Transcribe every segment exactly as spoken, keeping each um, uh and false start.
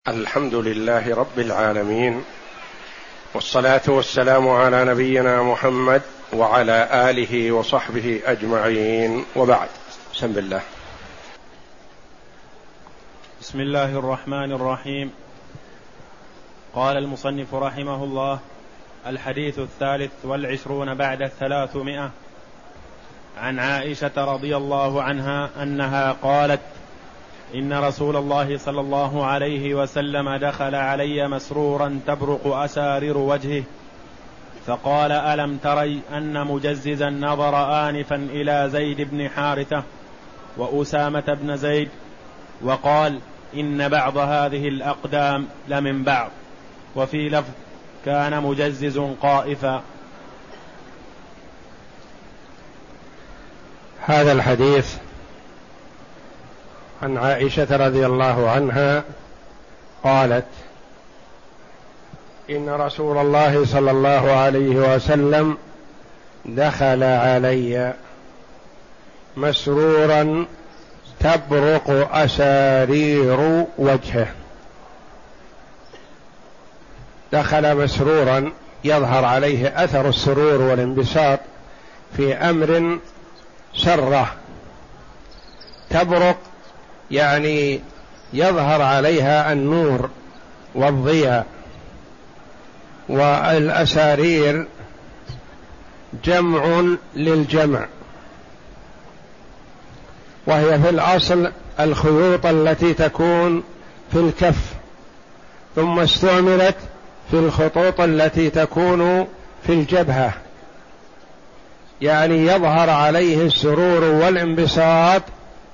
الحمد لله رب العالمين، والصلاة والسلام على نبينا محمد وعلى آله وصحبه أجمعين، وبعد. بسم الله. بسم الله الرحمن الرحيم. قال المصنف رحمه الله: الحديث الثالث والعشرون بعد الثلاثمائة. عن عائشة رضي الله عنها أنها قالت: إن رسول الله صلى الله عليه وسلم دخل علي مسرورا تبرق أسارير وجهه، فقال: ألم تري أن مجززا نظر آنفا إلى زيد بن حارثة وأسامة بن زيد، وقال: إن بعض هذه الأقدام لمن بعض. وفي لفظ: كان مجزز قائفا. هذا الحديث عن عائشة رضي الله عنها قالت: إن رسول الله صلى الله عليه وسلم دخل علي مسرورا تبرق أسارير وجهه. دخل مسرورا يظهر عليه أثر السرور والانبساط في أمر سره، تبرق يعني يظهر عليها النور والضياء. والأسارير جمع للجمع، وهي في الأصل الخيوط التي تكون في الكف، ثم استعملت في الخطوط التي تكون في الجبهة، يعني يظهر عليه السرور والانبساط.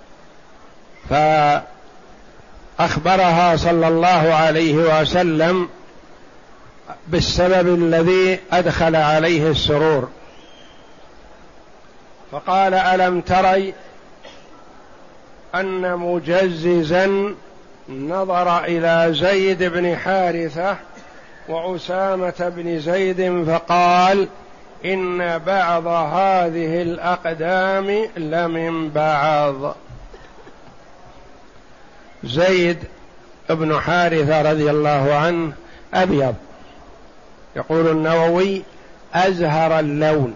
فأخبرها صلى الله عليه وسلم بالسبب الذي أدخل عليه السرور، فقال: ألم تري أن مجززا نظر إلى زيد بن حارثة وأسامة بن زيد فقال: إن بعض هذه الأقدام لمن بعض. زيد بن حارثة رضي الله عنه أبيض، يقول النووي: أزهر اللون،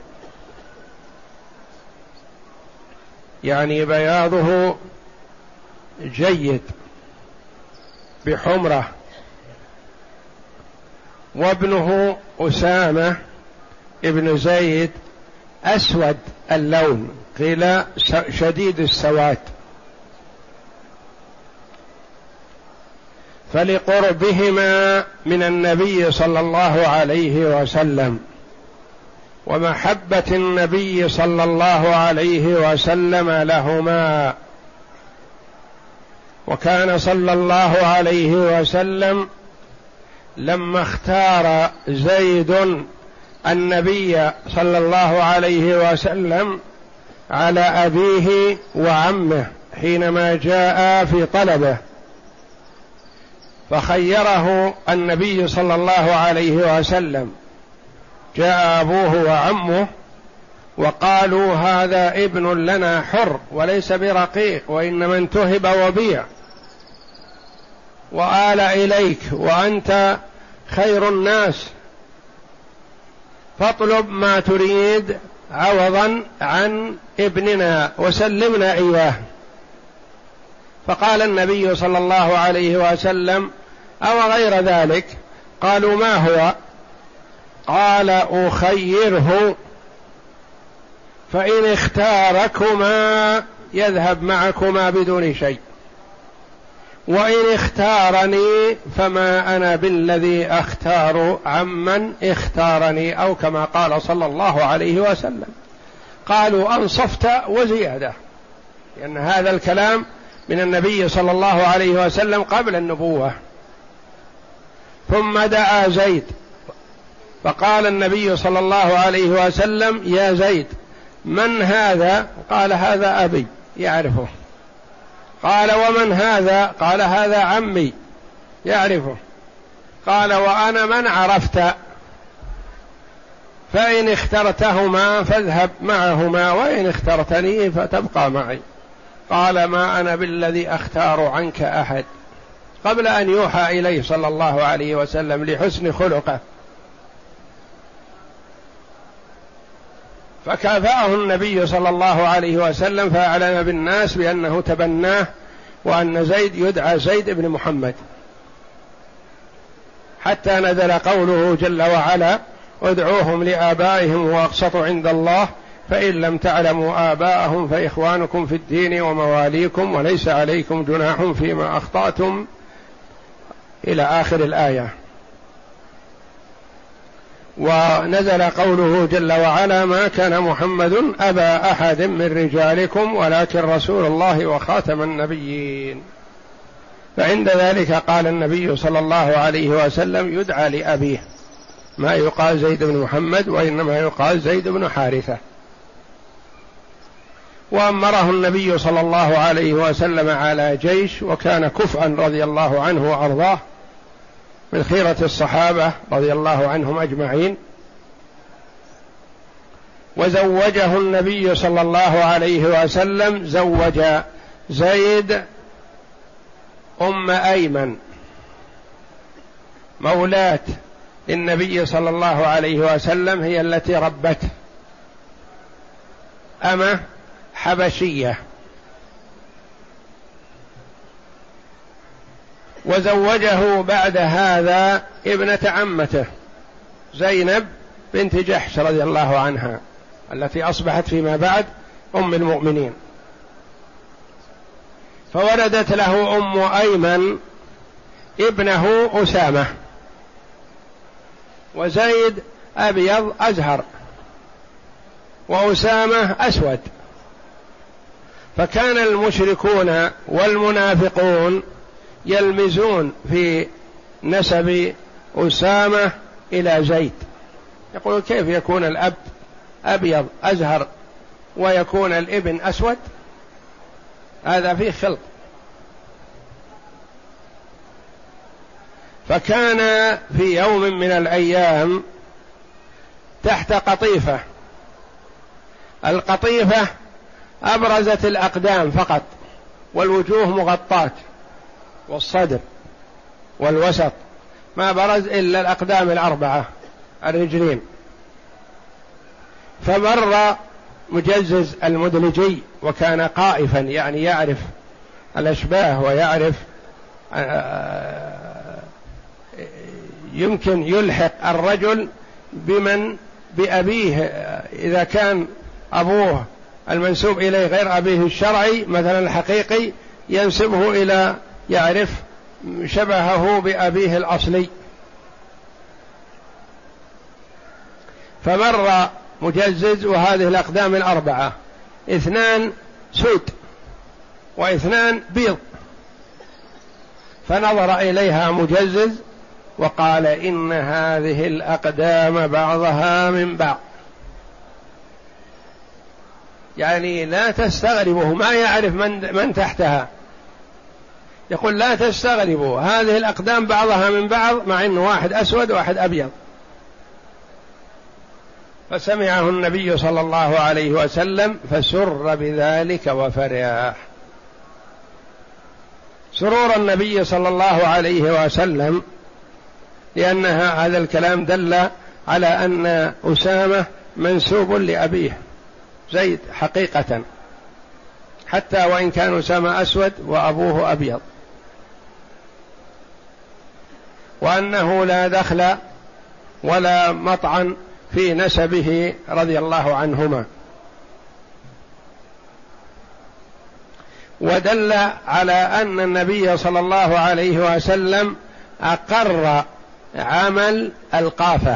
يعني بياضه جيد بحمرة. وابنه أسامة ابن زيد أسود اللون، قيل شديد السواد، فلقربهما من النبي صلى الله عليه وسلم ومحبة النبي صلى الله عليه وسلم لهما. وكان صلى الله عليه وسلم لما اختار زيد النبي صلى الله عليه وسلم على أبيه وعمه حينما جاء في طلبه، فخيره النبي صلى الله عليه وسلم. جاء أبوه وعمه وقالوا: هذا ابن لنا حر وليس برقيق، وإنما انتهب وبيع، وآل إليك وأنت خير الناس، فاطلب ما تريد عوضا عن ابننا وسلمنا إياه. فقال النبي صلى الله عليه وسلم: أو غير ذلك؟ قالوا: ما هو؟ قال: أخيره، فإن اختاركما يذهب معكما بدون شيء، وإن اختارني فما أنا بالذي أختار عمن اختارني، أو كما قال صلى الله عليه وسلم. قالوا: أنصفت وزيادة، لأن هذا الكلام من النبي صلى الله عليه وسلم قبل النبوة. ثم دعا زيد، فقال النبي صلى الله عليه وسلم: يا زيد، من هذا؟ قال: هذا أبي، يعرفه. قال: ومن هذا؟ قال: هذا عمي، يعرفه. قال: وأنا من عرفت؟ فإن اخترتهما فاذهب معهما، وإن اخترتني فتبقى معي. قال: ما أنا بالذي أختار عنك أحد. قبل أن يوحى إليه صلى الله عليه وسلم لحسن خلقه، فكافأه النبي صلى الله عليه وسلم فأعلن بالناس بأنه تبناه، وأن زيد يدعى زيد بن محمد، حتى نزل قوله جل وعلا: ادعوهم لآبائهم وأقسط عند الله فإن لم تعلموا آباءهم فإخوانكم في الدين ومواليكم وليس عليكم جناح فيما أخطأتم، إلى آخر الآية. ونزل قوله جل وعلا: ما كان محمد أبا أحد من رجالكم ولكن رسول الله وخاتم النبيين. فعند ذلك قال النبي صلى الله عليه وسلم: يدعى لأبيه، ما يقال زيد بن محمد وإنما يقال زيد بن حارثة. وأمره النبي صلى الله عليه وسلم على جيش، وكان كفءا رضي الله عنه وأرضاه من خيرة الصحابة رضي الله عنهم أجمعين. وزوجه النبي صلى الله عليه وسلم، زوج زيد أم أيمن مولاة النبي صلى الله عليه وسلم، هي التي ربته، أمة حبشية. وزوجه بعد هذا ابنة عمته زينب بنت جحش رضي الله عنها، التي أصبحت فيما بعد أم المؤمنين. فولدت له أم أيمن ابنه أسامة، وزيد أبيض أزهر وأسامة أسود. فكان المشركون والمنافقون يلمزون في نسب أسامة إلى زيد، يقول: كيف يكون الأب أبيض أزهر ويكون الابن أسود؟ هذا فيه خلط. فكان في يوم من الأيام تحت قطيفة، القطيفة أبرزت الأقدام فقط، والوجوه مغطاة، والصدر والوسط، ما برز إلا الأقدام الأربعة الرجلين. فمر مجزز المدلجي، وكان قائفا يعني يعرف الأشباه ويعرف يمكن يلحق الرجل بمن بأبيه، إذا كان أبوه المنسوب إليه غير أبيه الشرعي مثلا الحقيقي، ينسبه إلى يعرف شبهه بأبيه الأصلي. فمر مجزز وهذه الأقدام الأربعة، اثنان سود واثنان بيض، فنظر إليها مجزز وقال: إن هذه الأقدام بعضها من بعض، يعني لا تستغربه، ما يعرف من, من تحتها، يقول: لا تستغربوا، هذه الأقدام بعضها من بعض، مع أنه واحد أسود وواحد أبيض. فسمعه النبي صلى الله عليه وسلم فسر بذلك وفرح. سرور النبي صلى الله عليه وسلم لأن هذا الكلام دل على أن أسامة منسوب لأبيه زيد حقيقة، حتى وإن كان أسامة أسود وأبوه أبيض، وأنه لا دخل ولا مطعن في نسبه رضي الله عنهما. ودل على أن النبي صلى الله عليه وسلم أقر عمل القافة،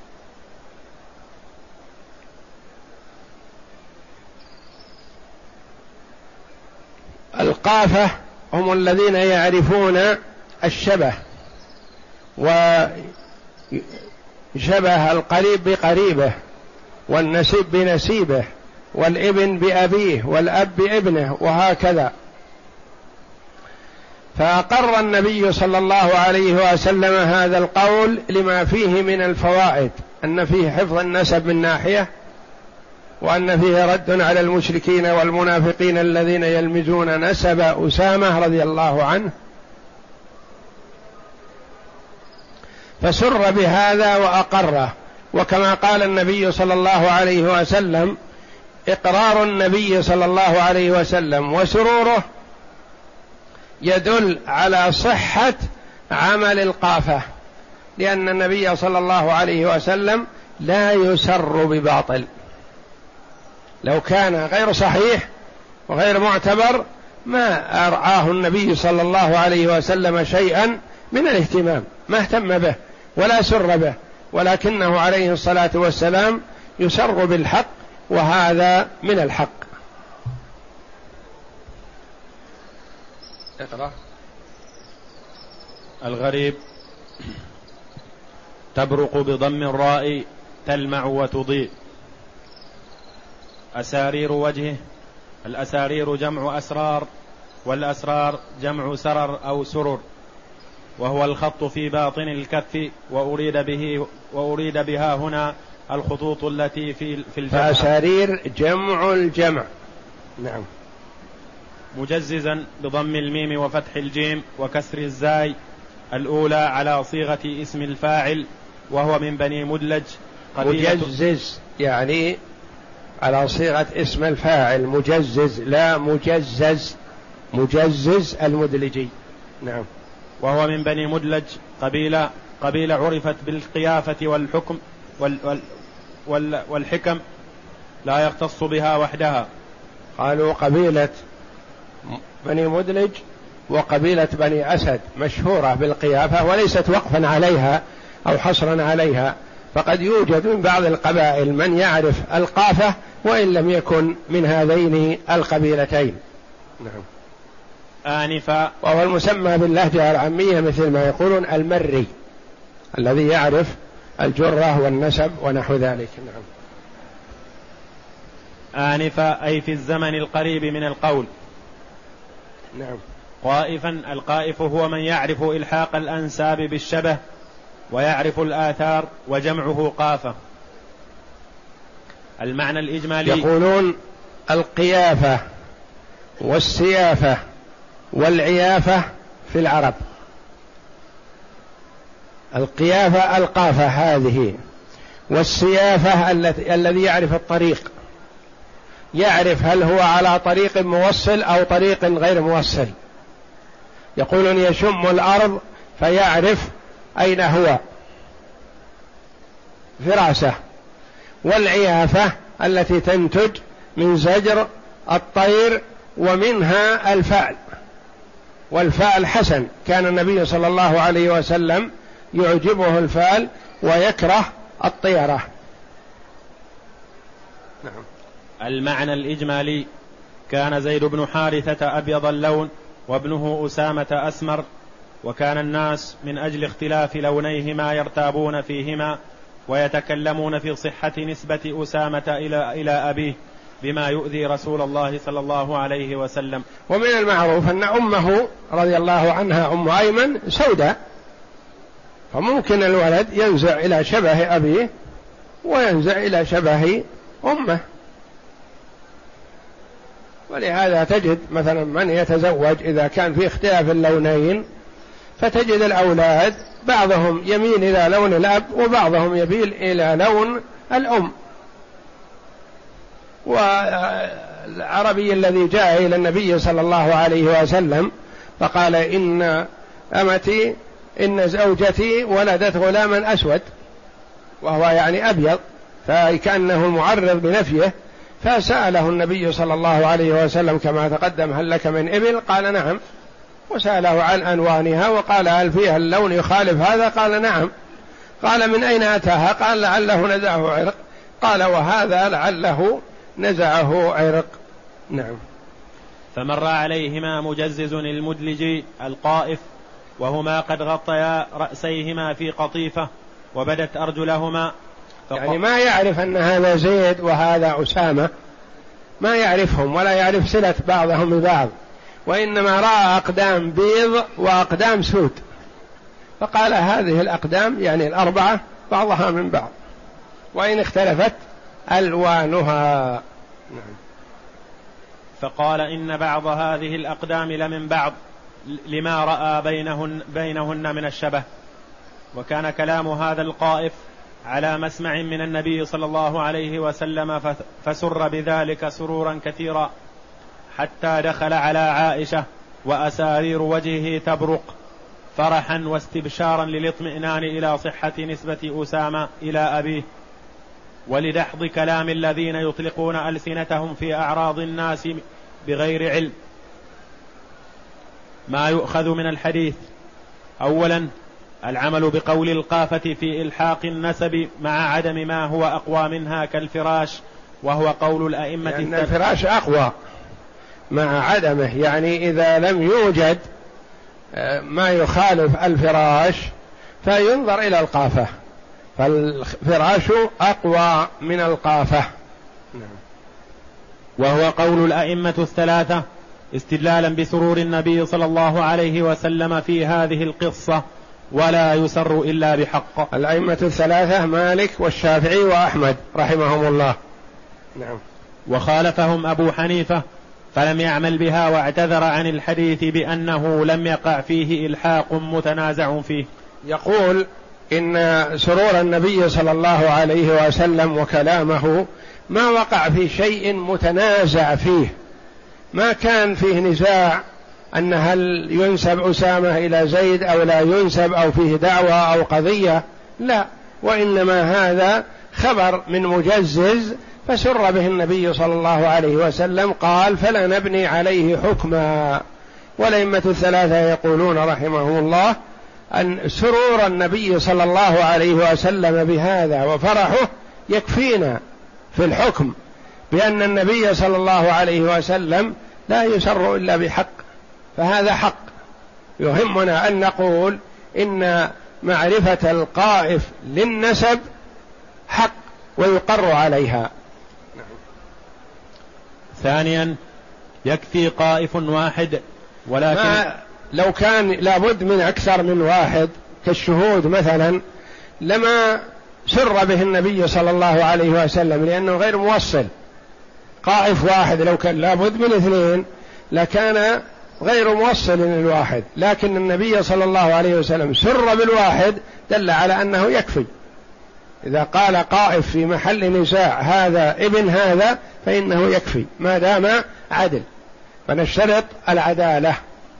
القافة هم الذين يعرفون الشبه وشبه القريب بقريبه، والنسيب بنسيبه، والابن بأبيه، والأب بابنه، وهكذا. فأقر النبي صلى الله عليه وسلم هذا القول لما فيه من الفوائد، أن فيه حفظ النسب من ناحية، وأن فيه رد على المشركين والمنافقين الذين يلمزون نسب أسامة رضي الله عنه، فسر بهذا وأقره. وكما قال النبي صلى الله عليه وسلم: إقرار النبي صلى الله عليه وسلم وسروره يدل على صحة عمل القافة، لأن النبي صلى الله عليه وسلم لا يسر بباطل. لو كان غير صحيح وغير معتبر ما أرعاه النبي صلى الله عليه وسلم شيئا من الاهتمام، ما اهتم به ولا سر به، ولكنه عليه الصلاة والسلام يسر بالحق، وهذا من الحق. اقرأ. الغريب: تبرق بضم الراء تلمع وتضيء. أسارير وجهه. الأسارير جمع أسرار، والأسرار جمع سرر أو سرر، وهو الخط في باطن الكف، وأريد به وأريد بها هنا الخطوط التي في في الجبهة. فأسارير جمع الجمع. نعم. مجززا بضم الميم وفتح الجيم وكسر الزاي الأولى على صيغة اسم الفاعل، وهو من بني مدلج. مجزز يعني على صيغة اسم الفاعل، مجزز لا مجزز، مجزز المدلجي. نعم. وهو من بني مدلج قبيلة قبيلة عرفت بالقيافة والحكم وال وال وال والحكم، لا يختص بها وحدها. قالوا قبيلة بني مدلج وقبيلة بني أسد مشهورة بالقيافة، وليست وقفا عليها أو حصرا عليها، فقد يوجد من بعض القبائل من يعرف القافة وإن لم يكن من هذين القبيلتين. نعم. آنفا، وهو المسمى باللهجة العامية مثل ما يقولون المري، الذي يعرف الجرة والنسب ونحو ذلك. نعم. آنفا أي في الزمن القريب من القول. نعم. قائفا، القائف هو من يعرف إلحاق الأنساب بالشبه ويعرف الآثار، وجمعه قافة. المعنى الإجمالي: يقولون القيافة والسيافة والعيافة في العرب. القيافة القافة هذه، والسيافة الذي يعرف الطريق، يعرف هل هو على طريق موصل أو طريق غير موصل. يقولون يشم الأرض فيعرف أين هو، فراسة. والعيافة التي تنتج من زجر الطير، ومنها الفأل، والفأل حسن، كان النبي صلى الله عليه وسلم يعجبه الفأل ويكره الطيرة. نعم. المعنى الإجمالي: كان زيد بن حارثة أبيض اللون، وابنه أسامة أسمر، وكان الناس من أجل اختلاف لونيهما يرتابون فيهما، ويتكلمون في صحة نسبة أسامة إلى إلى أبيه بما يؤذي رسول الله صلى الله عليه وسلم. ومن المعروف أن أمه رضي الله عنها أم أيمن سوداء، فممكن الولد ينزع إلى شبه أبيه وينزع إلى شبه أمه. ولهذا تجد مثلا من يتزوج إذا كان في اختلاف اللونين، فتجد الأولاد بعضهم يميل إلى لون الأب وبعضهم يميل إلى لون الأم. والعربي الذي جاء إلى النبي صلى الله عليه وسلم فقال: إن أمتي إن زوجتي ولدت غلاما أسود، وهو يعني أبيض، فكأنه المعرض بنفيه. فسأله النبي صلى الله عليه وسلم كما تقدم: هل لك من إبل؟ قال: نعم. وسأله عن ألوانها وقال: هل فيها اللون يخالف هذا؟ قال: نعم. قال: من أين أتاها؟ قال: لعله نزعه عرق. قال: وهذا لعله نزعه عرق. نعم. فمر عليهما مجزز المدلجي القائف، وهما قد غطيا رأسيهما في قطيفة وبدت أرجلهما، يعني ما يعرف أن هذا زيد وهذا أسامة، ما يعرفهم ولا يعرف صلة بعضهم ببعض، وإنما رأى أقدام بيض وأقدام سود، فقال: هذه الأقدام يعني الأربعة بعضها من بعض وإن اختلفت ألوانها. نعم. فقال: إن بعض هذه الأقدام لمن بعض، لما رأى بينهن, بينهن من الشبه. وكان كلام هذا القائف على مسمع من النبي صلى الله عليه وسلم فسر بذلك سرورا كثيرا حتى دخل على عائشة وأسارير وجهه تبرق فرحا واستبشارا للاطمئنان إلى صحة نسبة أسامة إلى أبيه ولدحض كلام الذين يطلقون ألسنتهم في أعراض الناس بغير علم. ما يؤخذ من الحديث: أولا العمل بقول القافة في إلحاق النسب مع عدم ما هو أقوى منها كالفراش، وهو قول الأئمة لأن الفراش أقوى مع عدمه، يعني إذا لم يوجد ما يخالف الفراش فينظر إلى القافة، فالفراش أقوى من القافة. وهو قول الأئمة الثلاثة استدلالا بسرور النبي صلى الله عليه وسلم في هذه القصة، ولا يسر إلا بحق. الأئمة الثلاثة مالك والشافعي وأحمد رحمهم الله. نعم. وخالفهم أبو حنيفة فلم يعمل بها واعتذر عن الحديث بأنه لم يقع فيه إلحاق متنازع فيه. يقول إن سرور النبي صلى الله عليه وسلم وكلامه ما وقع في شيء متنازع فيه، ما كان فيه نزاع أن هل ينسب أسامة إلى زيد أو لا ينسب، أو فيه دعوة أو قضية، لا، وإنما هذا خبر من مجزز فسر به النبي صلى الله عليه وسلم، قال فلا نبني عليه حكما. والأئمة الثلاثة يقولون رحمهم الله أن سرور النبي صلى الله عليه وسلم بهذا وفرحه يكفينا في الحكم بأن النبي صلى الله عليه وسلم لا يسر إلا بحق، فهذا حق. يهمنا أن نقول إن معرفة القائف للنسب حق ويقر عليها. ثانيا يكفي قائف واحد، ولكن ما لو كان لابد من أكثر من واحد كالشهود مثلا لما سر به النبي صلى الله عليه وسلم، لأنه غير موصل. قائف واحد لو كان لابد من اثنين لكان غير موصل للواحد، لكن النبي صلى الله عليه وسلم سر بالواحد دل على أنه يكفي. إذا قال قائف في محل نزاع هذا ابن هذا فإنه يكفي ما دام عدل، فنشترط العدالة.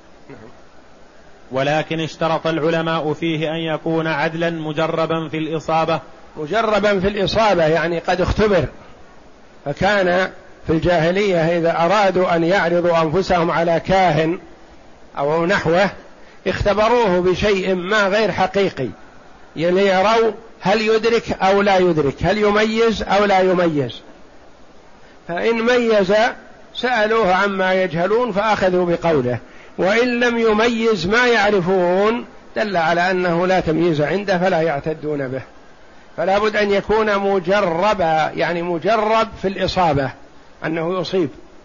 ولكن اشترط العلماء فيه أن يكون عدلا مجربا في الإصابة. مجربا في الإصابة يعني قد اختبر، فكان في الجاهلية إذا أرادوا أن يعرضوا أنفسهم على كاهن أو نحوه اختبروه بشيء ما غير حقيقي ليروا هل يدرك أو لا يدرك، هل يميز أو لا يميز، فإن ميز سألوه عما يجهلون فأخذوا بقوله، وإن لم يميز ما يعرفون دل على أنه لا تمييز عنده فلا يعتدون به. فلا بد أن يكون مجربا، يعني مجرب في الإصابة أنه يصيب،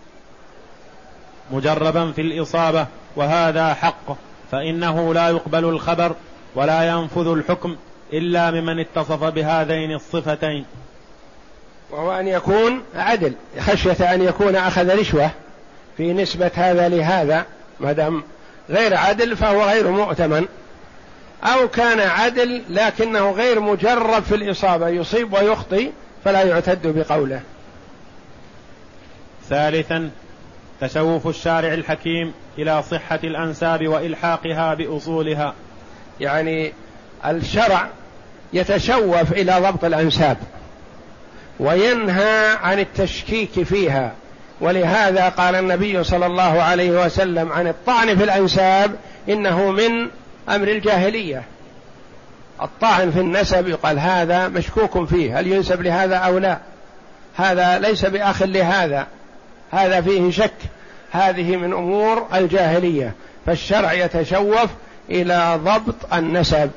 مجربا في الإصابة، وهذا حق، فإنه لا يقبل الخبر ولا ينفذ الحكم إلا ممن اتصف بهذين الصفتين، وهو أن يكون عدل، خشية أن يكون أخذ رشوة في نسبة هذا لهذا، ما دام غير عدل فهو غير مؤتمن، أو كان عدل لكنه غير مجرب في الإصابة يصيب ويخطئ فلا يعتد بقوله. ثالثا تشوف الشارع الحكيم إلى صحة الأنساب وإلحاقها بأصولها، يعني الشرع يتشوف إلى ضبط الأنساب وينهى عن التشكيك فيها، ولهذا قال النبي صلى الله عليه وسلم عن الطعن في الأنساب إنه من أمر الجاهلية. الطعن في النسب يقال هذا مشكوك فيه، هل ينسب لهذا أو لا، هذا ليس بأخ لهذا، هذا فيه شك، هذه من أمور الجاهلية، فالشرع يتشوف إلى ضبط النسب.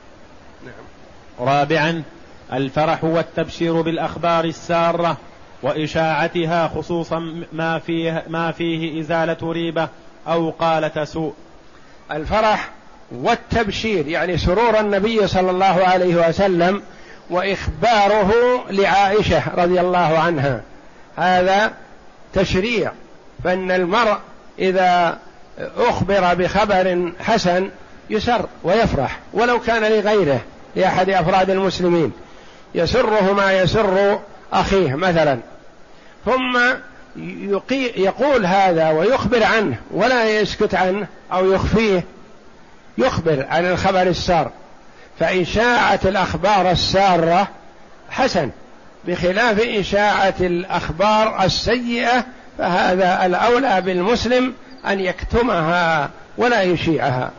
رابعا الفرح والتبشير بالأخبار السارة وإشاعتها، خصوصا ما فيه, ما فيه إزالة ريبة أو قالة سوء. الفرح والتبشير يعني سرور النبي صلى الله عليه وسلم وإخباره لعائشة رضي الله عنها، هذا تشريع، فإن المرء إذا أخبر بخبر حسن يسر ويفرح ولو كان لغيره، لأحد أفراد المسلمين يسره ما يسر أخيه مثلا، ثم يقول هذا ويخبر عنه ولا يسكت عنه أو يخفيه، يخبر عن الخبر السار. فإشاعة الأخبار السارة حسن، بخلاف إشاعة الأخبار السيئة، فهذا الأولى بالمسلم أن يكتمها ولا يشيعها.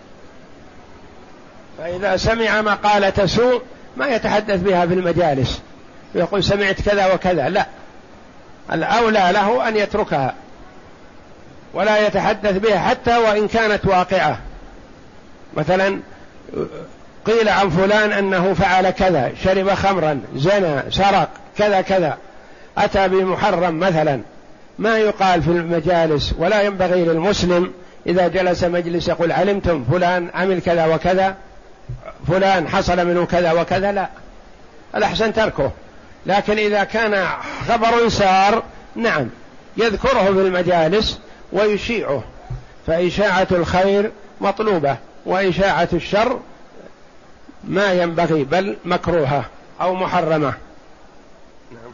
فإذا سمع مقالة سوء ما يتحدث بها في المجالس ويقول سمعت كذا وكذا، لا، الأولى له أن يتركها ولا يتحدث بها حتى وإن كانت واقعة. مثلا قيل عن فلان أنه فعل كذا، شرب خمرا، زنى، سرق، كذا كذا، أتى بمحرم مثلا، ما يقال في المجالس، ولا ينبغي للمسلم إذا جلس مجلس يقول علمتم فلان عمل كذا وكذا، فلان حصل منه كذا وكذا، لا، الأحسن تركه. لكن إذا كان خبر سار نعم يذكره في المجالس ويشيعه، فإشاعة الخير مطلوبة، وإشاعة الشر ما ينبغي بل مكروهة أو محرمة. نعم.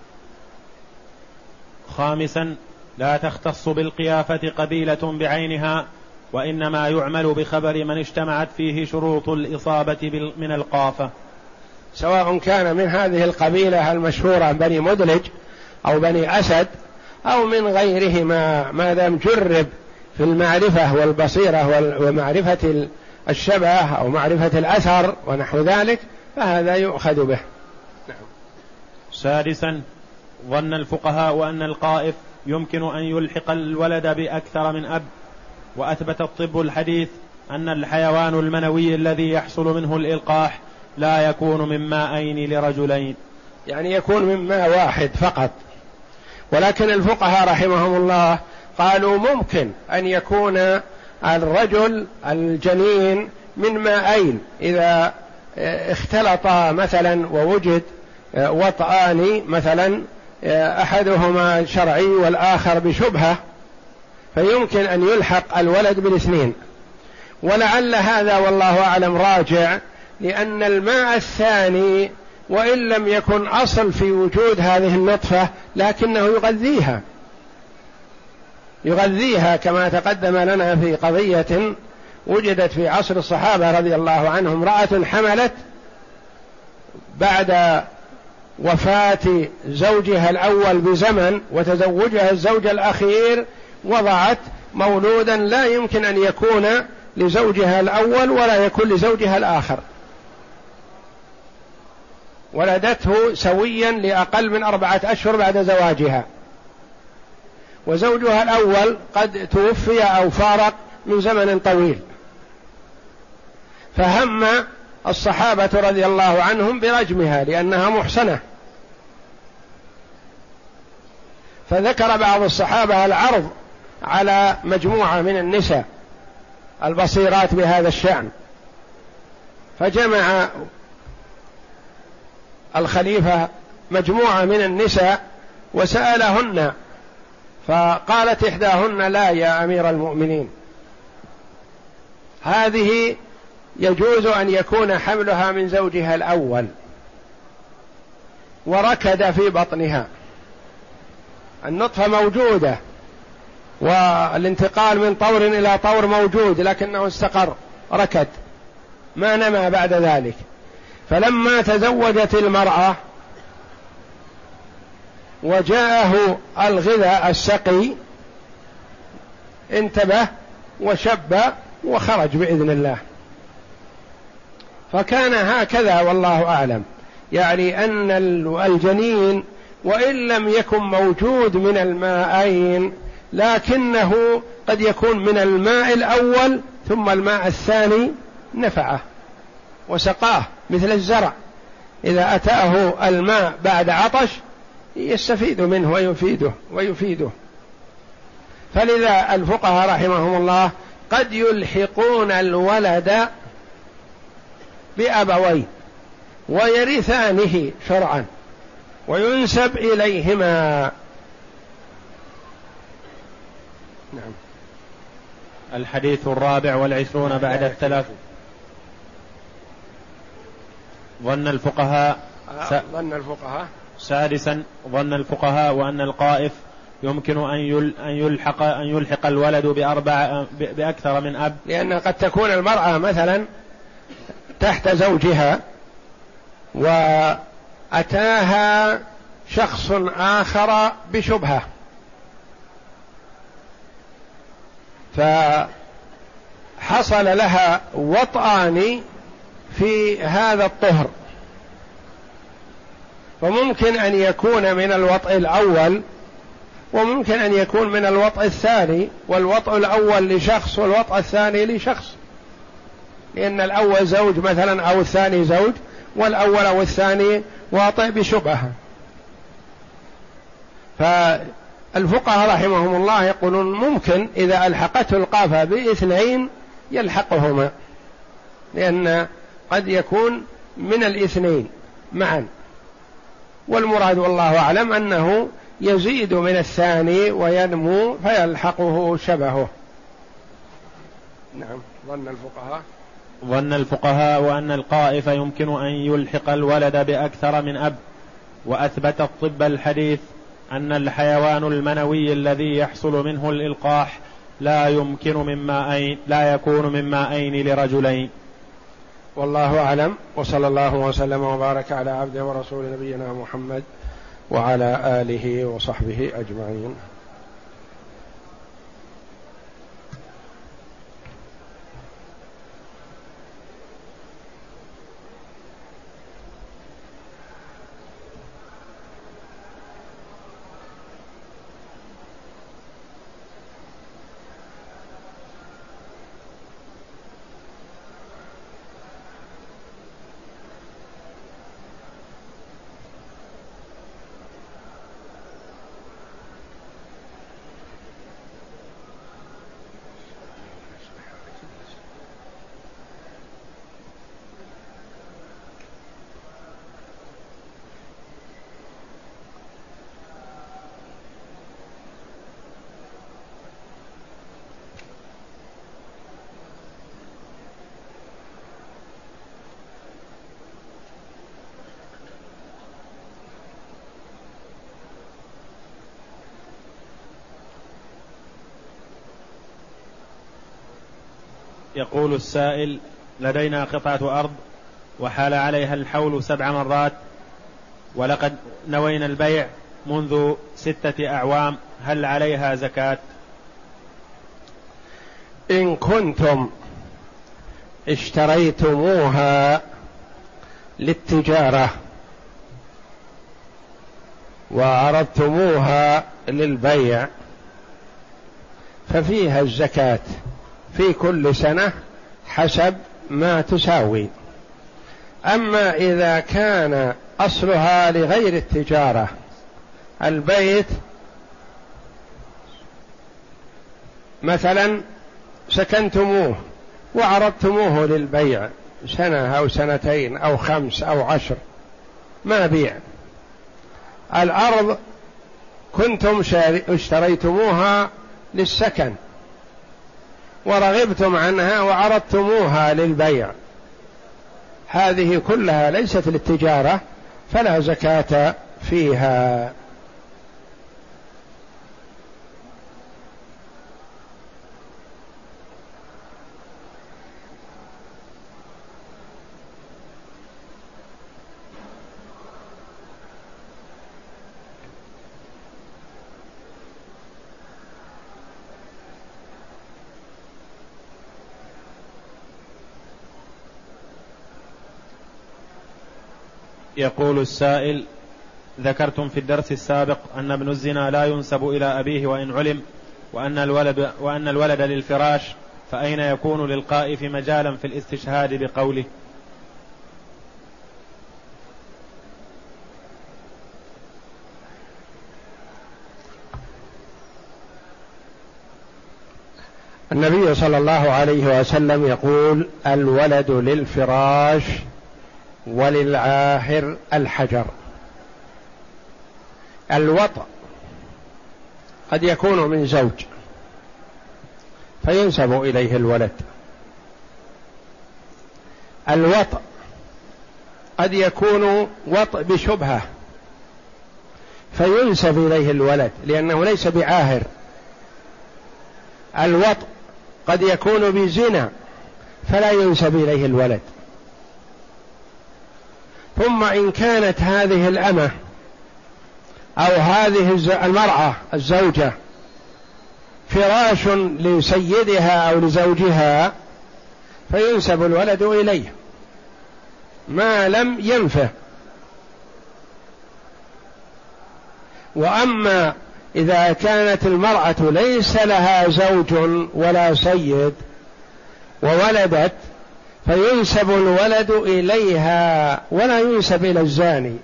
خامسا لا تختص بالقيافة قبيلة بعينها، وإنما يعمل بخبر من اجتمعت فيه شروط الإصابة من القافة، سواء كان من هذه القبيلة المشهورة بني مدلج أو بني أسد أو من غيرهما، ما دام جرب في المعرفة والبصيرة ومعرفة الشبه أو معرفة الأثر ونحو ذلك، فهذا يؤخذ به. نعم. سادسا ظن الفقهاء أن القائف يمكن أن يلحق الولد بأكثر من أب، وأثبت الطب الحديث أن الحيوان المنوي الذي يحصل منه الإلقاح لا يكون من ماءين لرجلين، يعني يكون من ماء واحد فقط. ولكن الفقهاء رحمهم الله قالوا ممكن أن يكون الرجل الجنين من ماءين إذا اختلطا مثلا ووجد وطآن مثلا، أحدهما شرعي والآخر بشبهة، فيمكن أن يلحق الولد بالاثنين. ولعل هذا والله أعلم راجع، لأن الماء الثاني وإن لم يكن أصل في وجود هذه النطفة لكنه يغذيها يغذيها كما تقدم لنا في قضية وجدت في عصر الصحابة رضي الله عنهم، امرأة حملت بعد وفاة زوجها الأول بزمن وتزوجها الزوج الأخير، وضعت مولودا لا يمكن أن يكون لزوجها الأول ولا يكون لزوجها الآخر، ولدته سويا لأقل من أربعة أشهر بعد زواجها، وزوجها الأول قد توفي أو فارق من زمن طويل. فهم الصحابة رضي الله عنهم برجمها لأنها محصنة، فذكر بعض الصحابة العرض على مجموعة من النساء البصيرات بهذا الشأن، فجمع الخليفة مجموعة من النساء وسألهن، فقالت إحداهن لا يا أمير المؤمنين، هذه يجوز أن يكون حملها من زوجها الأول وركد في بطنها، النطفة موجودة والانتقال من طور إلى طور موجود لكنه استقر، ركد ما نما بعد ذلك. فلما تزوجت المرأة وجاءه الغذاء السقي انتبه وشب وخرج بإذن الله. فكان هكذا والله أعلم، يعني أن الجنين وإن لم يكن موجود من الماءين لكنه قد يكون من الماء الأول ثم الماء الثاني نفعه وسقاه، مثل الزرع إذا أتاه الماء بعد عطش يستفيد منه ويفيده ويفيده. فلذا الفقهاء رحمهم الله قد يلحقون الولد بأبوين ويرثانه شرعا وينسب إليهما. نعم. الحديث الرابع والعشرون بعد الثلاث ظن الفقهاء س... ظن الفقهاء سادسا ظن الفقهاء وأن القائف يمكن أن يلحق أن يلحق الولد بأربع بأكثر من أب، لأن قد تكون المرأة مثلا تحت زوجها وأتاها شخص آخر بشبهة فحصل لها وطئان في هذا الطهر، فممكن أن يكون من الوطء الأول وممكن أن يكون من الوطء الثاني، والوطء الأول لشخص والوطء الثاني لشخص، لأن الأول زوج مثلا أو الثاني زوج، والأول أو الثاني واطئ بشبهة. فالفقهاء رحمهم الله يقولون ممكن إذا ألحقته القافة باثنين يلحقهما، لأن قد يكون من الاثنين معا، والمراد والله أعلم أنه يزيد من الثاني وينمو فيلحقه شبهه. نعم. ظن الفقهاء ظن الفقهاء وأن القائف يمكن أن يلحق الولد بأكثر من أب، وأثبت الطب الحديث أن الحيوان المنوي الذي يحصل منه الإلقاح لا يمكن من ماءين لا يكون من ماءين لرجلين. والله أعلم، وصلى الله وسلم وبارك على عبده ورسول نبينا محمد وعلى آله وصحبه أجمعين. يقول السائل: لدينا قطعة أرض وحال عليها الحول سبع مرات، ولقد نوينا البيع منذ ستة أعوام، هل عليها زكاة؟ إن كنتم اشتريتموها للتجارة وعرضتموها للبيع ففيها الزكاة في كل سنة حسب ما تساوي. أما إذا كان أصلها لغير التجارة، البيت مثلا سكنتموه وعرضتموه للبيع سنة أو سنتين أو خمس أو عشر، ما بيع. الأرض كنتم اشتريتموها للسكن ورغبتم عنها وعرضتموها للبيع، هذه كلها ليست للتجارة فلا زكاة فيها. يقول السائل: ذكرتم في الدرس السابق أن ابن الزنا لا ينسب إلى أبيه وإن علم، وأن الولد, وأن الولد للفراش، فأين يكون للقائف مجالا في الاستشهاد بقوله؟ النبي صلى الله عليه وسلم يقول: الولد للفراش وللعاهر الحجر. الوطأ قد يكون من زوج فينسب إليه الولد، الوطأ قد يكون وطء بشبهة فينسب إليه الولد لأنه ليس بعاهر. الوطء قد يكون بزنا فلا ينسب إليه الولد. ثم إن كانت هذه الأمة أو هذه المرأة الزوجة فراش لسيدها أو لزوجها فينسب الولد إليه ما لم ينفه. وأما إذا كانت المرأة ليس لها زوج ولا سيد وولدت فينسب الولد إليها ولا ينسب إلى الزاني،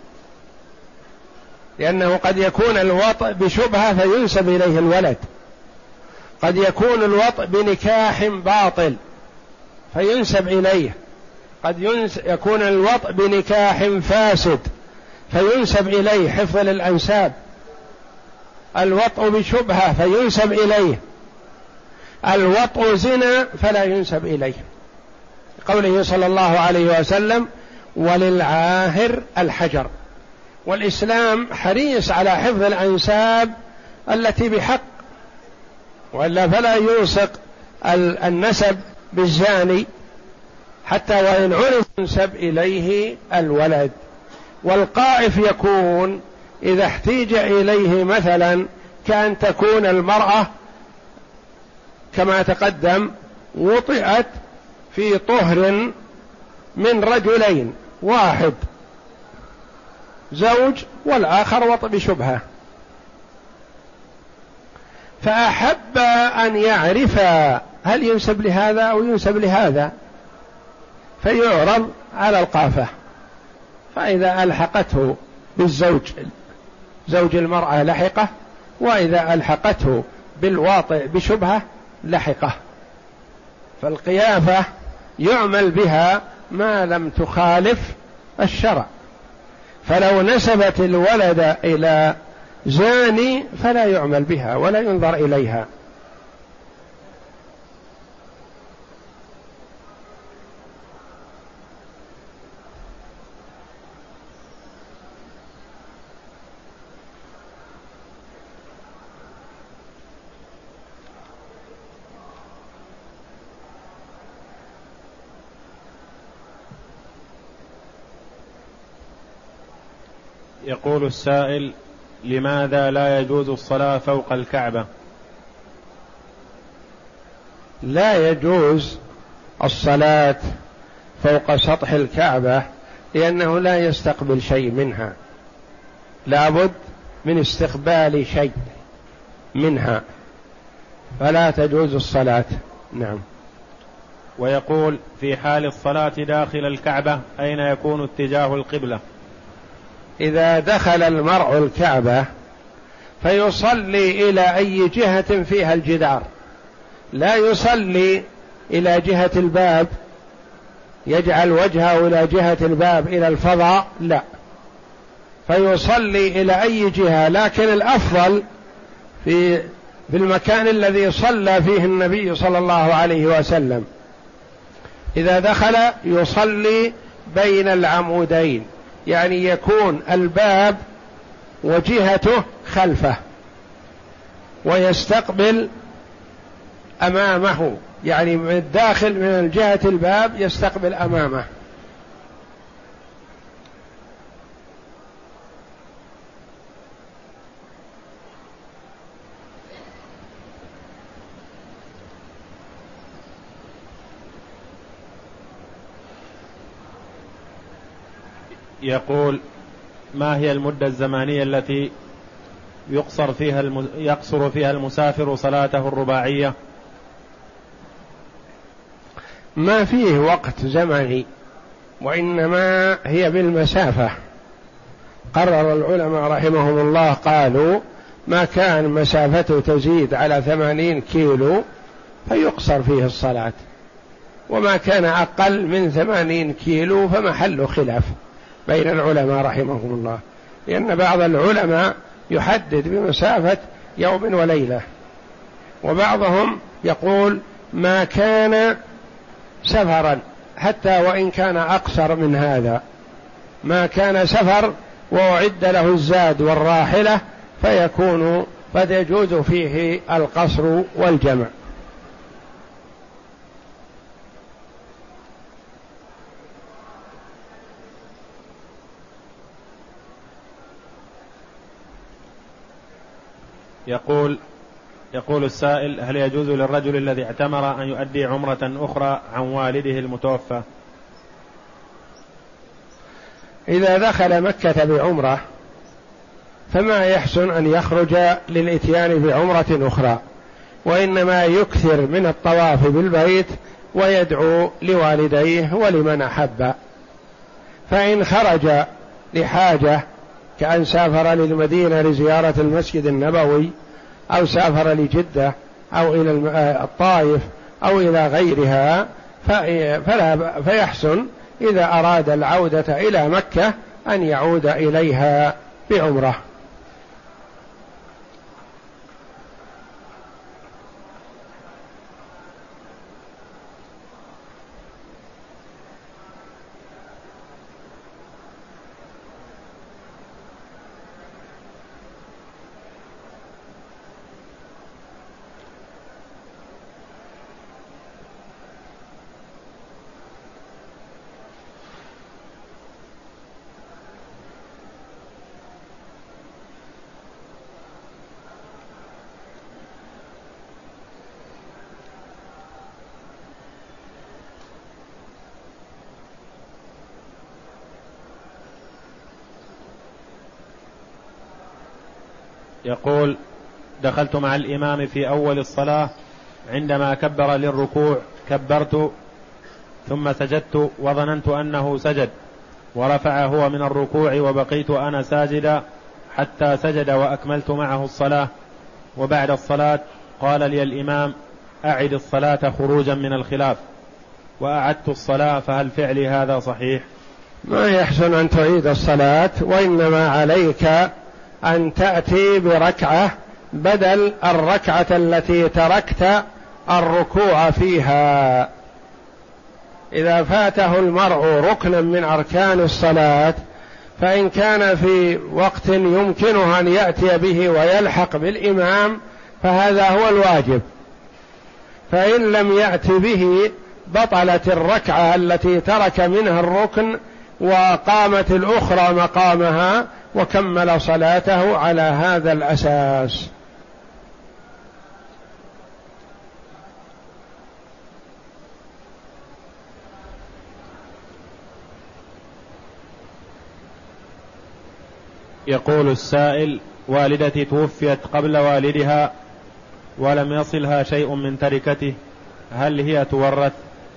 لأنه قد يكون الوطء بشبهة فينسب إليه الولد، قد يكون الوطء بنكاح باطل فينسب إليه، قد يكون الوطء بنكاح فاسد فينسب إليه حفظ للأنساب. الوطء بشبهة فينسب إليه، الوطء زنا فلا ينسب إليه، قوله صلى الله عليه وسلم وللعاهر الحجر. والإسلام حريص على حفظ الأنساب التي بحق، وإلا فلا يلصق النسب بالزاني حتى وإن عرف ينسب إليه الولد. والقائف يكون إذا احتيج إليه مثلا كأن تكون المرأة كما تقدم وطئت في طهر من رجلين، واحد زوج والآخر وطئ بشبهة، فأحب أن يعرف هل ينسب لهذا أو ينسب لهذا فيعرض على القافة، فإذا ألحقته بالزوج زوج المرأة لحقه، وإذا ألحقته بالواطئ بشبهة لحقه. فالقيافة يعمل بها ما لم تخالف الشرع، فلو نسبت الولد إلى زاني فلا يعمل بها ولا ينظر إليها. يقول السائل: لماذا لا يجوز الصلاة فوق الكعبة؟ لا يجوز الصلاة فوق سطح الكعبة لأنه لا يستقبل شيء منها، لابد من استقبال شيء منها، فلا تجوز الصلاة. نعم. ويقول: في حال الصلاة داخل الكعبة أين يكون اتجاه القبلة؟ إذا دخل المرء الكعبة فيصلي إلى أي جهة فيها الجدار، لا يصلي إلى جهة الباب يجعل وجهه إلى جهة الباب إلى الفضاء، لا، فيصلي إلى أي جهة، لكن الأفضل في في المكان الذي صلى فيه النبي صلى الله عليه وسلم إذا دخل يصلي بين العمودين، يعني يكون الباب وجهته خلفه ويستقبل أمامه، يعني من الداخل من جهة الباب يستقبل أمامه. يقول: ما هي المدة الزمانية التي يقصر فيها الم... يقصر فيها المسافر صلاته الرباعية؟ ما فيه وقت زمني، وإنما هي بالمسافة. قرر العلماء رحمهم الله قالوا: ما كان مسافته تزيد على ثمانين كيلو فيقصر فيه الصلاة، وما كان أقل من ثمانين كيلو فمحل خلاف بين العلماء رحمهم الله، لأن بعض العلماء يحدد بمسافة يوم وليلة، وبعضهم يقول ما كان سفرا حتى وإن كان أقصر من هذا، ما كان سفر وأعد له الزاد والراحلة فيكون قد يجوز فيه القصر والجمع. يقول يقول السائل: هل يجوز للرجل الذي اعتمر أن يؤدي عمرة أخرى عن والده المتوفى؟ إذا دخل مكة بعمرة فما يحسن أن يخرج للإتيان بعمرة أخرى، وإنما يكثر من الطواف بالبيت ويدعو لوالديه ولمن أحب. فإن خرج لحاجة كأن سافر للمدينة لزيارة المسجد النبوي، أو سافر لجدة أو إلى الطائف أو إلى غيرها، فلا فيحسن إذا أراد العودة إلى مكة أن يعود إليها بعمرة. يقول: دخلت مع الإمام في أول الصلاة، عندما كبر للركوع كبرت ثم سجدت وظننت أنه سجد ورفع هو من الركوع، وبقيت أنا ساجدا حتى سجد وأكملت معه الصلاة. وبعد الصلاة قال لي الإمام: أعد الصلاة خروجا من الخلاف، وأعدت الصلاة، فهل فعلي هذا صحيح؟ ما يحسن أن تعيد الصلاة، وإنما عليك أن تأتي بركعة بدل الركعة التي تركت الركوع فيها. إذا فاته المرء ركنا من أركان الصلاة، فإن كان في وقت يمكنه أن يأتي به ويلحق بالإمام فهذا هو الواجب، فإن لم يأت به بطلت الركعة التي ترك منها الركن وقامت الأخرى مقامها، وكمل صلاته على هذا الأساس. يقول السائل: والدتي توفيت قبل والدها ولم يصلها شيء من تركته، هل هي تورث؟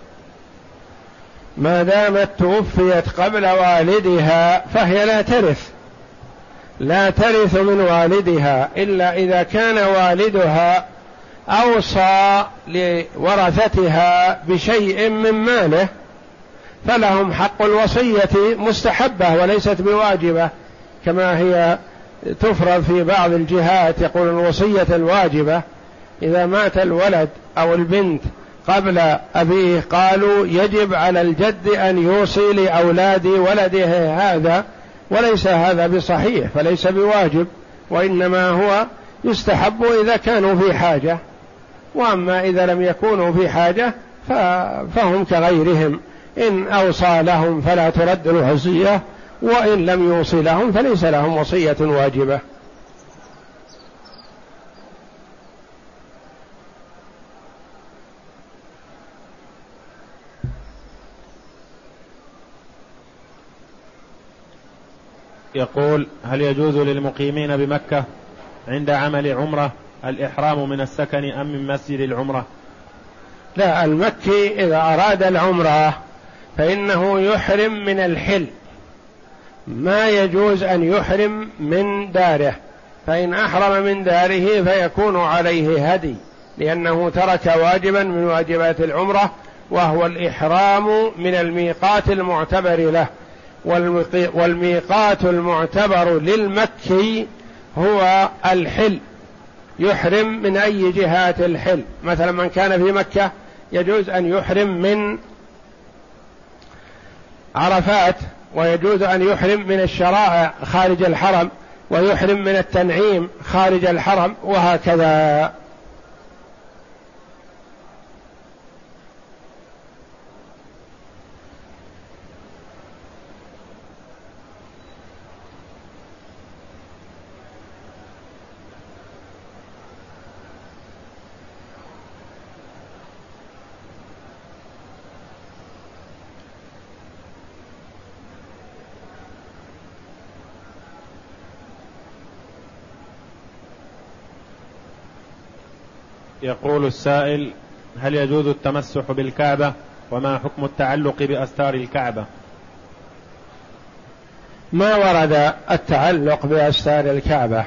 ما دامت توفيت قبل والدها فهي لا ترث، لا ترث من والدها إلا إذا كان والدها أوصى لورثتها بشيء من ماله، فلهم حق الوصية مستحبة وليست بواجبة، كما هي تفرض في بعض الجهات يقول الوصية الواجبة إذا مات الولد أو البنت قبل أبيه قالوا يجب على الجد أن يوصي لأولاد ولده هذا، وليس هذا بصحيح، فليس بواجب، وإنما هو يستحب إذا كانوا في حاجة. وأما إذا لم يكونوا في حاجة فهم كغيرهم، إن أوصى لهم فلا ترد الوصية، وإن لم يوصي لهم فليس لهم وصية واجبة. يقول: هل يجوز للمقيمين بمكة عند عمل عمرة الإحرام من السكن أم من مسجد العمرة؟ لا، المكي إذا أراد العمرة فإنه يحرم من الحل، ما يجوز أن يحرم من داره، فإن أحرم من داره فيكون عليه هدي، لأنه ترك واجبا من واجبات العمرة وهو الإحرام من الميقات المعتبر له، والميقات المعتبر للمكي هو الحل، يحرم من أي جهات الحل. مثلا من كان في مكة يجوز أن يحرم من عرفات ويجوز أن يحرم من الشرائع خارج الحرم، ويحرم من التنعيم خارج الحرم، وهكذا. يقول السائل: هل يجوز التمسح بالكعبة؟ وما حكم التعلق بأستار الكعبة؟ ما ورد التعلق بأستار الكعبة،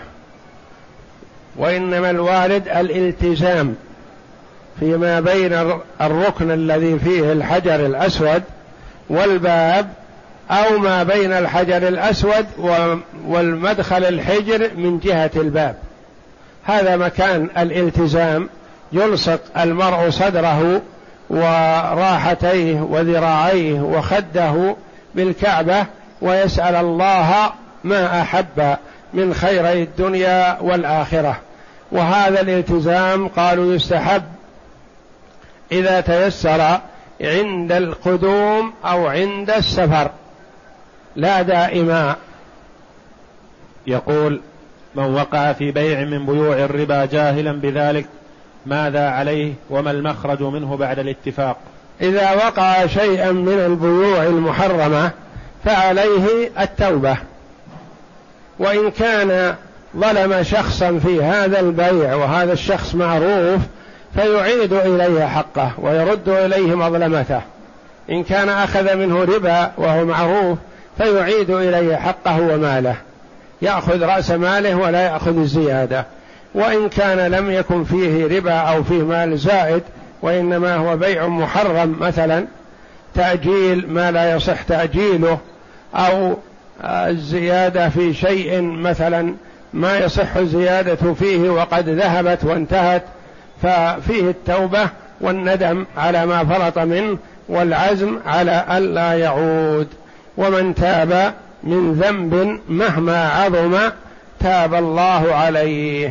وإنما الوارد الالتزام فيما بين الركن الذي فيه الحجر الأسود والباب، أو ما بين الحجر الأسود والمدخل الحجر من جهة الباب. هذا مكان الالتزام، يلصق المرء صدره وراحتيه وذراعيه وخده بالكعبة، ويسأل الله ما أحب من خيري الدنيا والآخرة. وهذا الالتزام قالوا يستحب إذا تيسر عند القدوم أو عند السفر، لا دائما. يقول: من وقع في بيع من بيوع الربا جاهلا بذلك ماذا عليه، وما المخرج منه بعد الاتفاق؟ إذا وقع شيئا من البيوع المحرمة فعليه التوبة، وإن كان ظلم شخصا في هذا البيع وهذا الشخص معروف فيعيد إليه حقه ويرد إليه مظلمته. إن كان أخذ منه ربا وهو معروف فيعيد إليه حقه وماله، يأخذ رأس ماله ولا يأخذ الزيادة. وإن كان لم يكن فيه ربا أو فيه مال زائد وإنما هو بيع محرم، مثلا تأجيل ما لا يصح تأجيله، أو الزيادة في شيء مثلا ما يصح الزيادة فيه وقد ذهبت وانتهت، ففيه التوبة والندم على ما فرط منه والعزم على ألا يعود. ومن تاب من ذنب مهما عظم تاب الله عليه.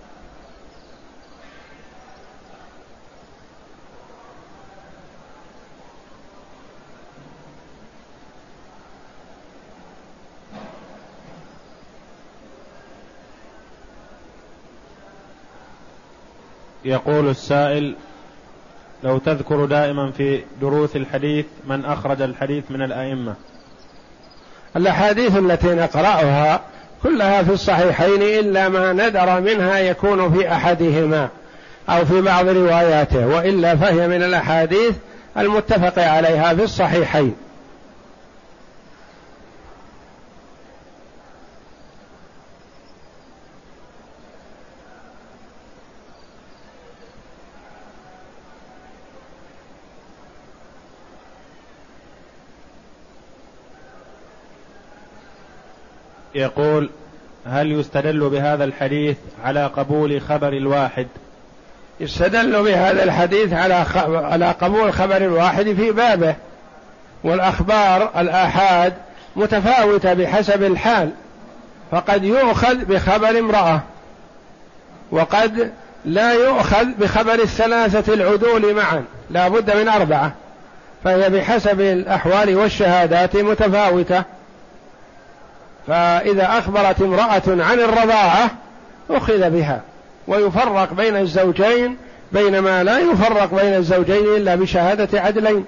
يقول السائل: لو تذكر دائما في دروس الحديث من أخرج الحديث من الأئمة. الأحاديث التي نقرأها كلها في الصحيحين إلا ما ندر منها يكون في أحدهما أو في بعض رواياته، وإلا فهي من الأحاديث المتفق عليها في الصحيحين. يقول: هل يستدل بهذا الحديث على قبول خبر الواحد؟ يستدل بهذا الحديث على على قبول خبر الواحد في بابه، والأخبار الآحاد متفاوتة بحسب الحال، فقد يؤخذ بخبر امرأة وقد لا يؤخذ بخبر الثلاثة العدول معا، لا بد من أربعة، فهي بحسب الأحوال والشهادات متفاوتة. فإذا أخبرت امرأة عن الرضاعة أخذ بها، ويفرق بين الزوجين، بينما لا يفرق بين الزوجين إلا بشهادة عدلين.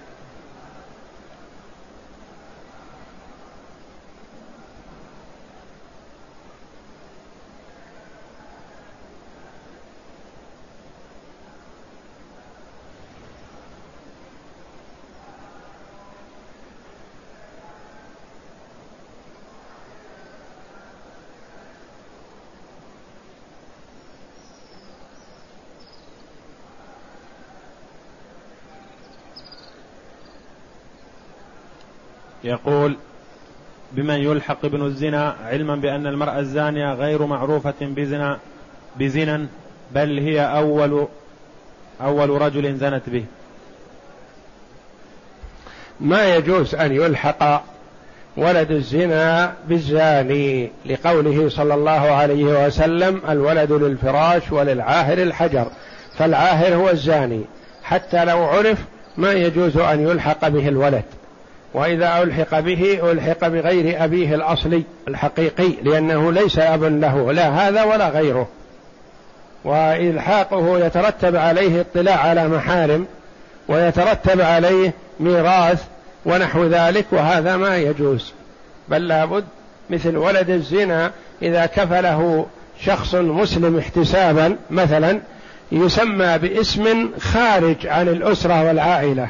يقول: بمن يلحق ابن الزنا علما بأن المرأة الزانية غير معروفة بزنا بزنا بل هي أول أول رجل زنت به؟ ما يجوز أن يلحق ولد الزنا بالزاني، لقوله صلى الله عليه وسلم: الولد للفراش وللعاهر الحجر، فالعاهر هو الزاني، حتى لو عرف ما يجوز أن يلحق به الولد، وإذا ألحق به ألحق بغير أبيه الأصلي الحقيقي، لأنه ليس أب له لا هذا ولا غيره، وإلحاقه يترتب عليه اطلاع على محارم، ويترتب عليه ميراث ونحو ذلك، وهذا ما يجوز، بل لابد مثل ولد الزنا إذا كفله شخص مسلم احتسابا مثلا يسمى باسم خارج عن الأسرة والعائلة،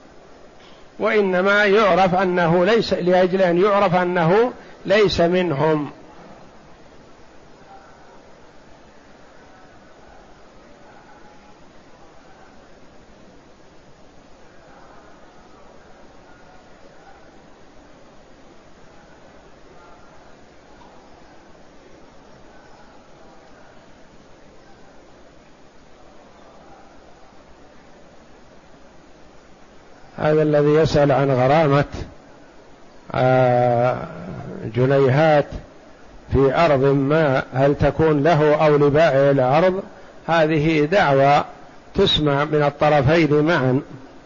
وإنما يعرف أنه ليس، لأجل أن يعرف أنه ليس منهم. هذا الذي يسأل عن غرامة جنيهات في أرض ما، هل تكون له أو لبائع الأرض؟ هذه دعوى تسمع من الطرفين معا.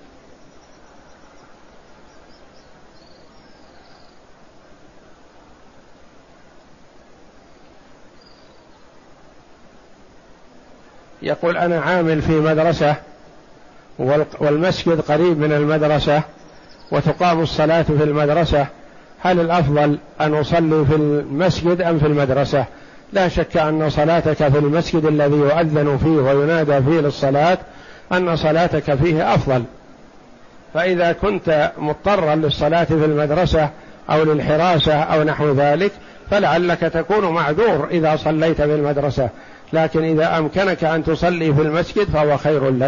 يقول: أنا عامل في مدرسة والمسجد قريب من المدرسة وتقام الصلاة في المدرسة، هل الأفضل أن أصلي في المسجد أم في المدرسة؟ لا شك أن صلاتك في المسجد الذي يؤذن فيه وينادى فيه للصلاة أن صلاتك فيه أفضل، فإذا كنت مضطرا للصلاة في المدرسة أو للحراسة أو نحو ذلك فلعلك تكون معذور إذا صليت في المدرسة، لكن إذا أمكنك أن تصلي في المسجد فهو خير لك.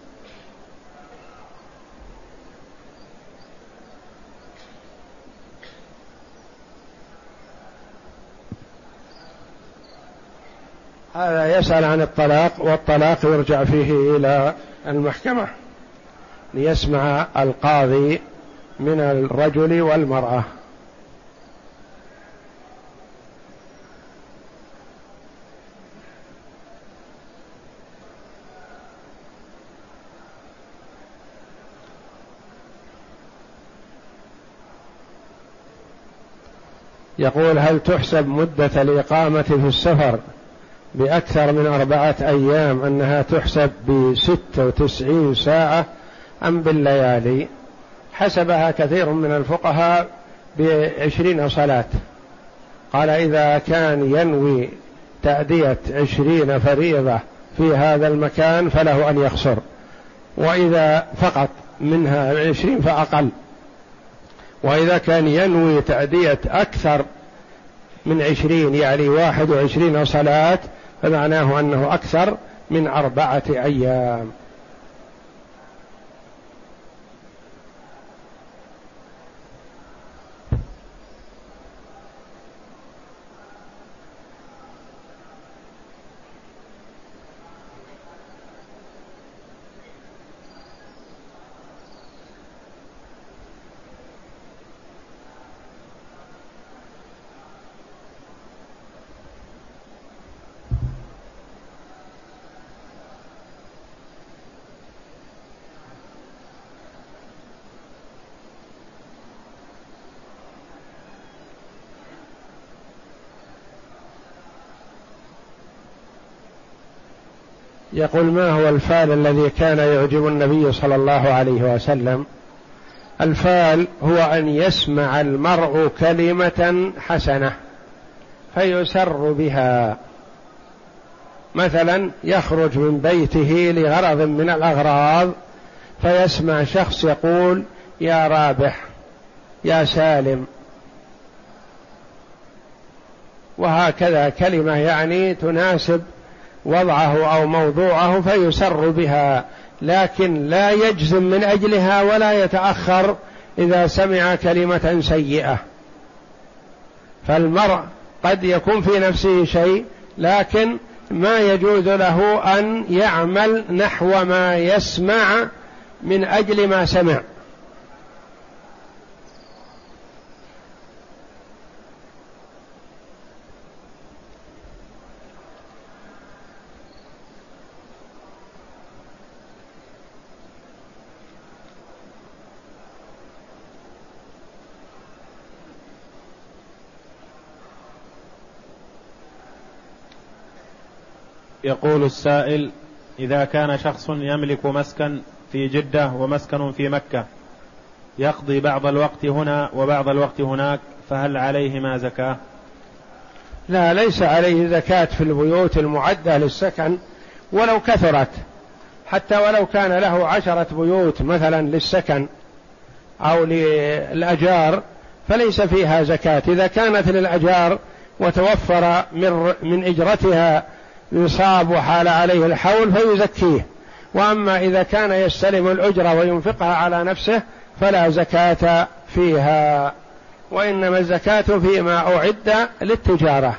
هذا يسأل عن الطلاق، والطلاق يرجع فيه إلى المحكمة ليسمع القاضي من الرجل والمرأة. يقول: هل تحسب مدة الإقامة في السفر بأكثر من أربعة أيام أنها تحسب بستة وتسعين ساعة أم بالليالي؟ حسبها كثير من الفقهاء بعشرين صلاة، قال: إذا كان ينوي تأدية عشرين فريضة في هذا المكان فله أن يخسر، وإذا فقط منها عشرين فأقل، وإذا كان ينوي تأدية أكثر من عشرين يعني واحد وعشرين صلاة فمعناه أنه أكثر من أربعة أيام. يقول: ما هو الفال الذي كان يعجب النبي صلى الله عليه وسلم؟ الفال هو أن يسمع المرء كلمة حسنة فيسر بها، مثلا يخرج من بيته لغرض من الأغراض فيسمع شخص يقول: يا رابح، يا سالم، وهكذا كلمة يعني تناسب وضعه أو موضوعه فيسر بها، لكن لا يجزم من أجلها ولا يتأخر إذا سمع كلمة سيئة. فالمرء قد يكون في نفسه شيء لكن ما يجوز له أن يعمل نحو ما يسمع من أجل ما سمع. يقول السائل: إذا كان شخص يملك مسكن في جدة ومسكن في مكة يقضي بعض الوقت هنا وبعض الوقت هناك، فهل عليهما زكاة؟ لا، ليس عليه زكاة في البيوت المعدة للسكن ولو كثرت، حتى ولو كان له عشرة بيوت مثلا للسكن أو للأجار فليس فيها زكاة. إذا كانت للأجار وتوفر من من إجرتها يصاب وحال عليه الحول فيزكيه، وأما إذا كان يستلم الأجرة وينفقها على نفسه فلا زكاة فيها، وإنما الزكاة فيما أعد للتجارة.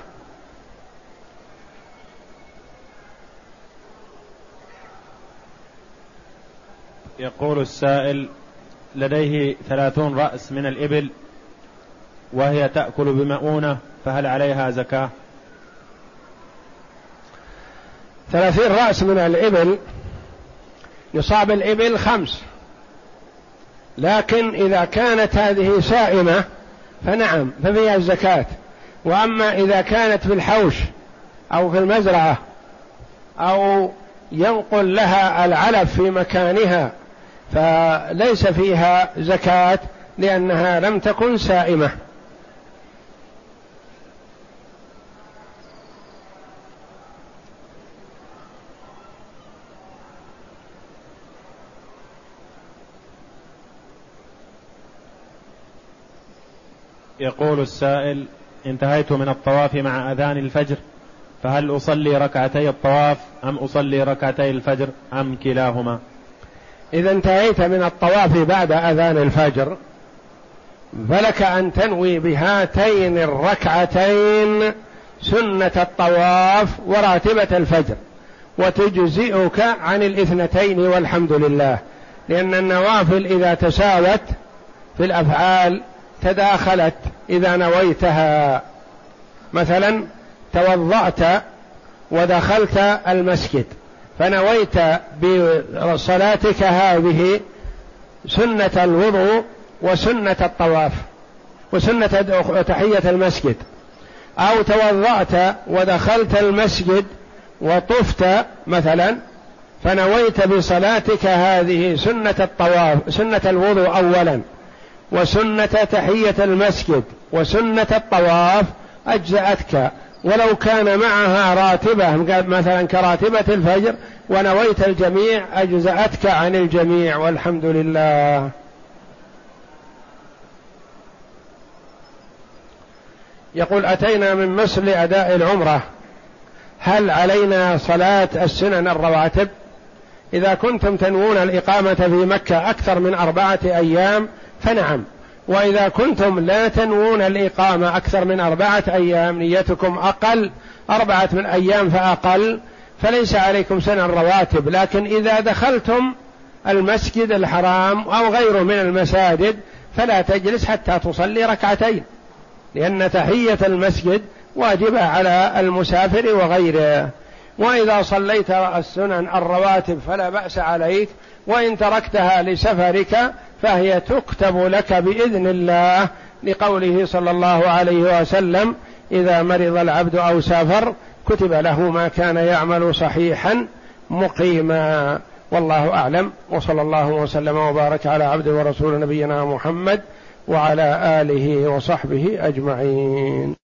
يقول السائل: لديه ثلاثون رأس من الإبل وهي تأكل بمؤونة، فهل عليها زكاة؟ ثلاثين رأس من الإبل نصاب الإبل خمس، لكن إذا كانت هذه سائمة فنعم ففيها الزكاة. وأما إذا كانت في الحوش أو في المزرعة أو ينقل لها العلف في مكانها فليس فيها زكاة لأنها لم تكن سائمة. يقول السائل: انتهيت من الطواف مع أذان الفجر، فهل أصلي ركعتي الطواف أم أصلي ركعتي الفجر أم كلاهما؟ إذا انتهيت من الطواف بعد أذان الفجر فلك أن تنوي بهاتين الركعتين سنة الطواف وراتبة الفجر، وتجزئك عن الاثنتين والحمد لله، لأن النوافل إذا تساوت في الأفعال تداخلت. إذا نويتها مثلا توضأت ودخلت المسجد فنويت بصلاتك هذه سنة الوضوء وسنة الطواف وسنة تحية المسجد، أو توضأت ودخلت المسجد وطفت مثلا فنويت بصلاتك هذه سنة الطواف سنة الوضوء أولا وسنة تحية المسجد وسنة الطواف أجزأتك، ولو كان معها راتبة مثلا كراتبة الفجر ونويت الجميع أجزأتك عن الجميع والحمد لله. يقول: أتينا من مصر لأداء العمرة، هل علينا صلاة السنن الرواتب؟ إذا كنتم تنوون الإقامة في مكة أكثر من أربعة أيام فنعم، وإذا كنتم لا تنوون الإقامة أكثر من أربعة أيام نيتكم أقل أربعة من أيام فأقل فليس عليكم سنن رواتب. لكن إذا دخلتم المسجد الحرام أو غيره من المساجد فلا تجلس حتى تصلي ركعتين، لأن تحية المسجد واجبة على المسافر وغيره. وإذا صليت السنن الرواتب فلا بأس عليك، وإن تركتها لسفرك فهي تكتب لك بإذن الله، لقوله صلى الله عليه وسلم: إذا مرض العبد أو سافر كتب له ما كان يعمل صحيحا مقيما. والله أعلم، وصلى الله وسلم وبارك على عبد ورسول نبينا محمد وعلى آله وصحبه أجمعين.